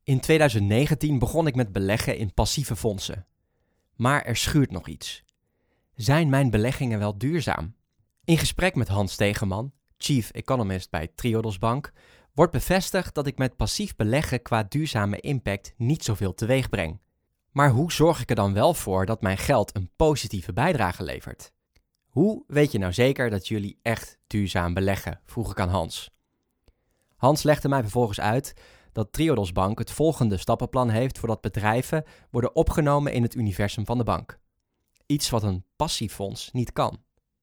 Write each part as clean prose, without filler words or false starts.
In 2019 begon ik met beleggen in passieve fondsen. Maar er schuurt nog iets. Zijn mijn beleggingen wel duurzaam? In gesprek met Hans Stegeman, Chief Economist bij Triodos Bank, wordt bevestigd dat ik met passief beleggen qua duurzame impact niet zoveel teweeg breng. Maar hoe zorg ik er dan wel voor dat mijn geld een positieve bijdrage levert? Hoe weet je nou zeker dat jullie echt duurzaam beleggen? Vroeg ik aan Hans. Hans legde mij vervolgens uit dat Triodos Bank het volgende stappenplan heeft voordat bedrijven worden opgenomen in het universum van de bank. Iets wat een passief fonds niet kan.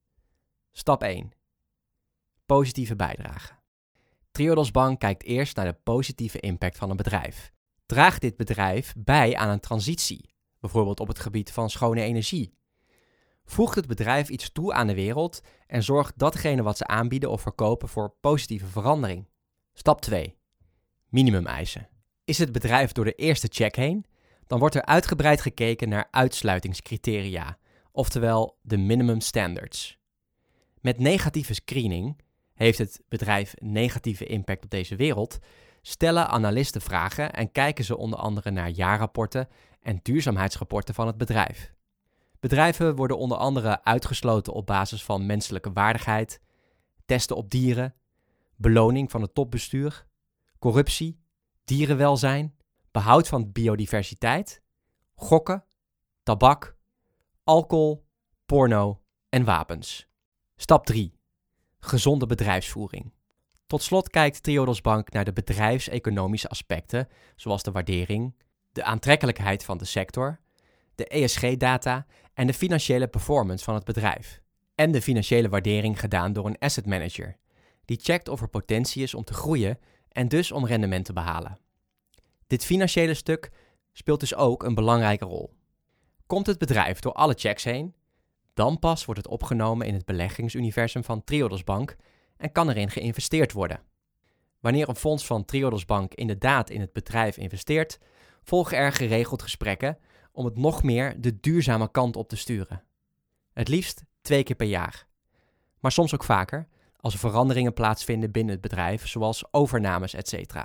Stap 1. Positieve bijdrage. Triodos Bank kijkt eerst naar de positieve impact van een bedrijf. Draagt dit bedrijf bij aan een transitie, bijvoorbeeld op het gebied van schone energie? Voegt het bedrijf iets toe aan de wereld en zorgt datgene wat ze aanbieden of verkopen voor positieve verandering? Stap 2. Minimumeisen. Is het bedrijf door de eerste check heen? Dan wordt er uitgebreid gekeken naar uitsluitingscriteria, oftewel de minimum standards. Met negatieve screening, heeft het bedrijf negatieve impact op deze wereld, stellen analisten vragen en kijken ze onder andere naar jaarrapporten en duurzaamheidsrapporten van het bedrijf. Bedrijven worden onder andere uitgesloten op basis van menselijke waardigheid, testen op dieren, beloning van het topbestuur, corruptie, dierenwelzijn, behoud van biodiversiteit, gokken, tabak, alcohol, porno en wapens. Stap 3. Gezonde bedrijfsvoering. Tot slot kijkt Triodos Bank naar de bedrijfseconomische aspecten, zoals de waardering, de aantrekkelijkheid van de sector, de ESG-data en de financiële performance van het bedrijf. En de financiële waardering gedaan door een asset manager, die checkt of er potentie is om te groeien en dus om rendement te behalen. Dit financiële stuk speelt dus ook een belangrijke rol. Komt het bedrijf door alle checks heen, dan pas wordt het opgenomen in het beleggingsuniversum van Triodos Bank en kan erin geïnvesteerd worden. Wanneer een fonds van Triodos Bank inderdaad in het bedrijf investeert, volgen er geregeld gesprekken om het nog meer de duurzame kant op te sturen. Het liefst 2 keer per jaar. Maar soms ook vaker, als er veranderingen plaatsvinden binnen het bedrijf, zoals overnames etc.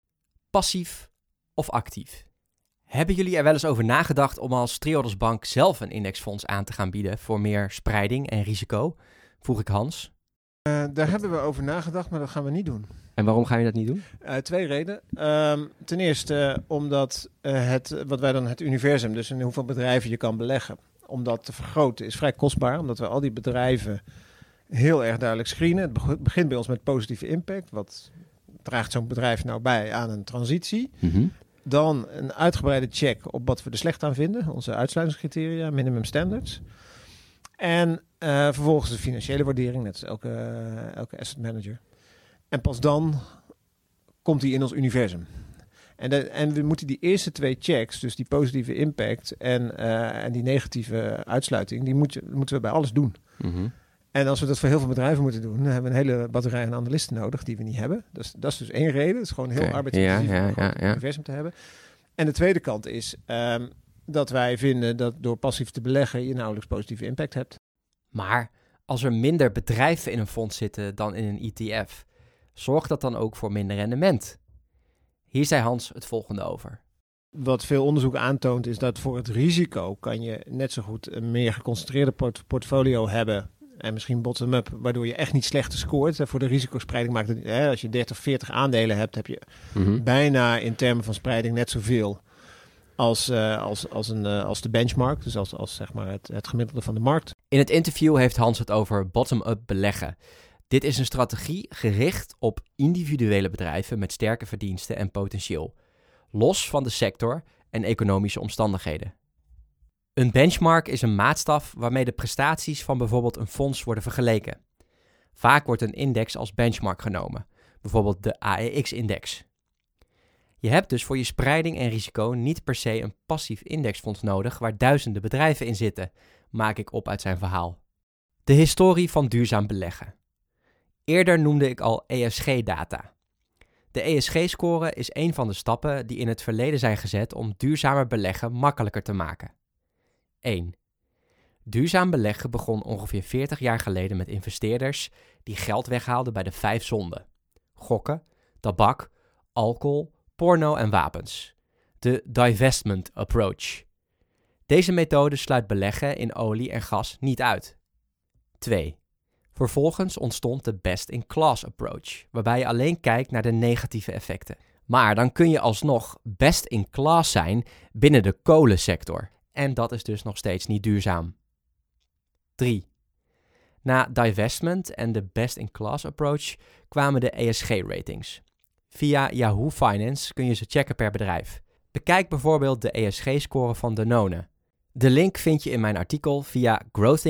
Passief of actief? Hebben jullie er wel eens over nagedacht om als Triodos Bank zelf een indexfonds aan te gaan bieden voor meer spreiding en risico? Vroeg ik Hans. Daar hebben we over nagedacht, maar dat gaan we niet doen. En waarom ga je dat niet doen? 2 redenen. Ten eerste omdat wat wij dan het universum, dus in hoeveel bedrijven je kan beleggen, om dat te vergroten is vrij kostbaar, omdat we al die bedrijven heel erg duidelijk screenen. Het begint bij ons met positieve impact. Wat draagt zo'n bedrijf nou bij aan een transitie? Mm-hmm. Dan een uitgebreide check op wat we er slecht aan vinden. Onze uitsluitingscriteria, minimum standards. En vervolgens de financiële waardering, net als elke asset manager. En pas dan komt die in ons universum. En we moeten die eerste 2 checks, dus die positieve impact en die negatieve uitsluiting, die moeten we bij alles doen. Mm-hmm. En als we dat voor heel veel bedrijven moeten doen, dan hebben we een hele batterij aan analisten nodig die we niet hebben. Dat is dus 1 reden. Het is gewoon heel arbeidsintensief om een universum te hebben. En de tweede kant is dat wij vinden dat door passief te beleggen je nauwelijks positieve impact hebt. Maar als er minder bedrijven in een fonds zitten dan in een ETF, zorgt dat dan ook voor minder rendement? Hier zei Hans het volgende over. Wat veel onderzoek aantoont is dat voor het risico kan je net zo goed een meer geconcentreerde portfolio hebben. En misschien bottom-up, waardoor je echt niet slechter scoort. Voor de risicospreiding maakt het, als je 30, 40 aandelen hebt, heb je bijna in termen van spreiding net zoveel als de benchmark. Dus als zeg maar het gemiddelde van de markt. In het interview heeft Hans het over bottom-up beleggen. Dit is een strategie gericht op individuele bedrijven met sterke verdiensten en potentieel, los van de sector en economische omstandigheden. Een benchmark is een maatstaf waarmee de prestaties van bijvoorbeeld een fonds worden vergeleken. Vaak wordt een index als benchmark genomen, bijvoorbeeld de AEX-index. Je hebt dus voor je spreiding en risico niet per se een passief indexfonds nodig waar duizenden bedrijven in zitten, maak ik op uit zijn verhaal. De historie van duurzaam beleggen. Eerder noemde ik al ESG-data. De ESG-score is een van de stappen die in het verleden zijn gezet om duurzamer beleggen makkelijker te maken. 1. Duurzaam beleggen begon ongeveer 40 jaar geleden met investeerders die geld weghaalden bij de 5 zonden: gokken, tabak, alcohol, porno en wapens. De divestment approach. Deze methode sluit beleggen in olie en gas niet uit. 2. Vervolgens ontstond de best-in-class approach, waarbij je alleen kijkt naar de negatieve effecten. Maar dan kun je alsnog best-in-class zijn binnen de kolensector. En dat is dus nog steeds niet duurzaam. 3. Na divestment en de best-in-class approach kwamen de ESG-ratings. Via Yahoo Finance kun je ze checken per bedrijf. Bekijk bijvoorbeeld de ESG-score van Danone. De link vind je in mijn artikel via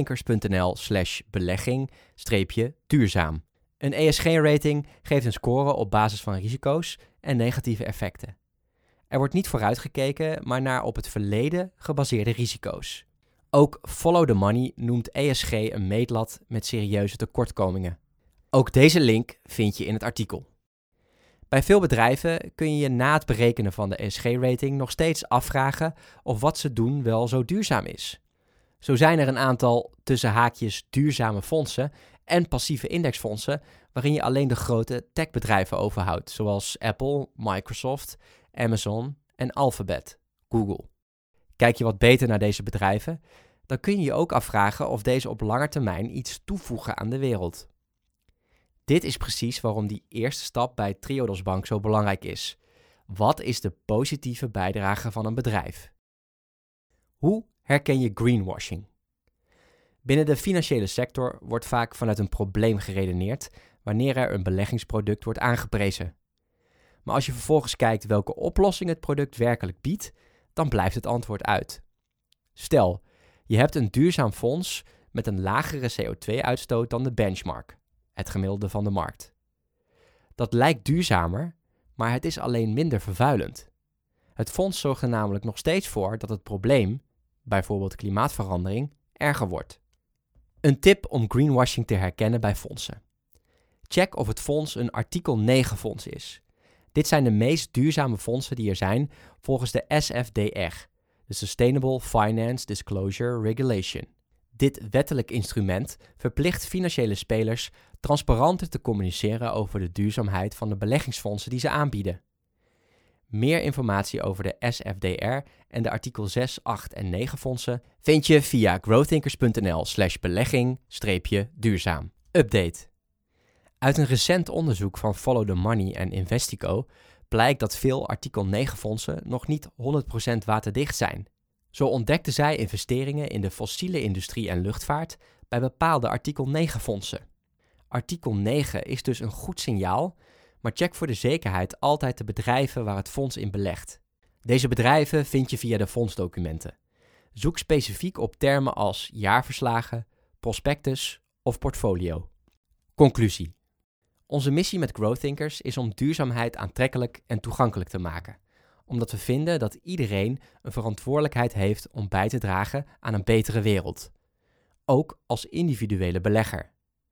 growthinkers.nl/belegging-duurzaam. Een ESG-rating geeft een score op basis van risico's en negatieve effecten. Er wordt niet vooruitgekeken, maar naar op het verleden gebaseerde risico's. Ook Follow the Money noemt ESG een meetlat met serieuze tekortkomingen. Ook deze link vind je in het artikel. Bij veel bedrijven kun je je na het berekenen van de ESG-rating nog steeds afvragen of wat ze doen wel zo duurzaam is. Zo zijn er een aantal tussen haakjes duurzame fondsen en passieve indexfondsen waarin je alleen de grote techbedrijven overhoudt, zoals Apple, Microsoft, Amazon en Alphabet, Google. Kijk je wat beter naar deze bedrijven, dan kun je je ook afvragen of deze op lange termijn iets toevoegen aan de wereld. Dit is precies waarom die eerste stap bij Triodos Bank zo belangrijk is. Wat is de positieve bijdrage van een bedrijf? Hoe herken je greenwashing? Binnen de financiële sector wordt vaak vanuit een probleem geredeneerd wanneer er een beleggingsproduct wordt aangeprezen. Maar als je vervolgens kijkt welke oplossing het product werkelijk biedt, dan blijft het antwoord uit. Stel, je hebt een duurzaam fonds met een lagere CO2-uitstoot dan de benchmark, het gemiddelde van de markt. Dat lijkt duurzamer, maar het is alleen minder vervuilend. Het fonds zorgt er namelijk nog steeds voor dat het probleem, bijvoorbeeld klimaatverandering, erger wordt. Een tip om greenwashing te herkennen bij fondsen. Check of het fonds een artikel 9 fonds is. Dit zijn de meest duurzame fondsen die er zijn volgens de SFDR, de Sustainable Finance Disclosure Regulation. Dit wettelijk instrument verplicht financiële spelers transparanter te communiceren over de duurzaamheid van de beleggingsfondsen die ze aanbieden. Meer informatie over de SFDR en de artikel 6, 8 en 9 fondsen vind je via growthinkers.nl/belegging-duurzaam. Update. Uit een recent onderzoek van Follow the Money en Investico blijkt dat veel artikel 9 fondsen nog niet 100% waterdicht zijn. Zo ontdekten zij investeringen in de fossiele industrie en luchtvaart bij bepaalde artikel 9 fondsen. Artikel 9 is dus een goed signaal, maar check voor de zekerheid altijd de bedrijven waar het fonds in belegt. Deze bedrijven vind je via de fondsdocumenten. Zoek specifiek op termen als jaarverslagen, prospectus of portfolio. Conclusie. Onze missie met Growthinkers is om duurzaamheid aantrekkelijk en toegankelijk te maken, omdat we vinden dat iedereen een verantwoordelijkheid heeft om bij te dragen aan een betere wereld. Ook als individuele belegger.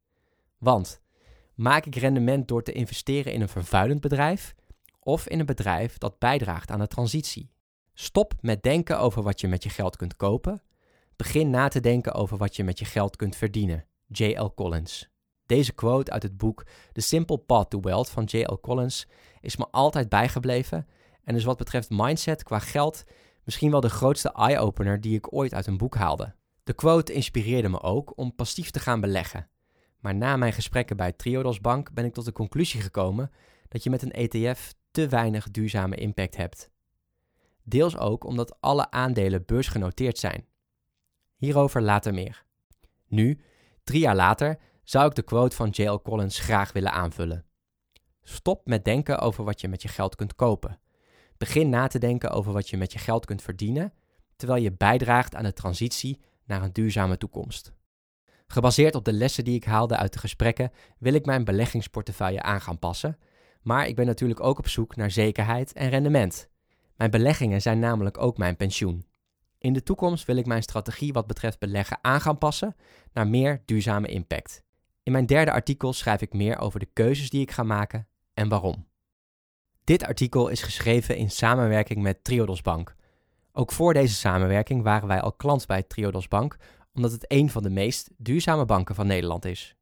Want maak ik rendement door te investeren in een vervuilend bedrijf of in een bedrijf dat bijdraagt aan de transitie? Stop met denken over wat je met je geld kunt kopen. Begin na te denken over wat je met je geld kunt verdienen. J.L. Collins. Deze quote uit het boek The Simple Path to Wealth van J.L. Collins is me altijd bijgebleven en is wat betreft mindset qua geld misschien wel de grootste eye-opener die ik ooit uit een boek haalde. De quote inspireerde me ook om passief te gaan beleggen. Maar na mijn gesprekken bij Triodos Bank ben ik tot de conclusie gekomen dat je met een ETF te weinig duurzame impact hebt. Deels ook omdat alle aandelen beursgenoteerd zijn. Hierover later meer. Nu, 3 jaar later, zou ik de quote van J.L. Collins graag willen aanvullen. Stop met denken over wat je met je geld kunt kopen. Begin na te denken over wat je met je geld kunt verdienen, terwijl je bijdraagt aan de transitie naar een duurzame toekomst. Gebaseerd op de lessen die ik haalde uit de gesprekken, wil ik mijn beleggingsportefeuille aan gaan passen, maar ik ben natuurlijk ook op zoek naar zekerheid en rendement. Mijn beleggingen zijn namelijk ook mijn pensioen. In de toekomst wil ik mijn strategie wat betreft beleggen aan gaan passen naar meer duurzame impact. In mijn 3e artikel schrijf ik meer over de keuzes die ik ga maken en waarom. Dit artikel is geschreven in samenwerking met Triodos Bank. Ook voor deze samenwerking waren wij al klant bij Triodos Bank, omdat het een van de meest duurzame banken van Nederland is.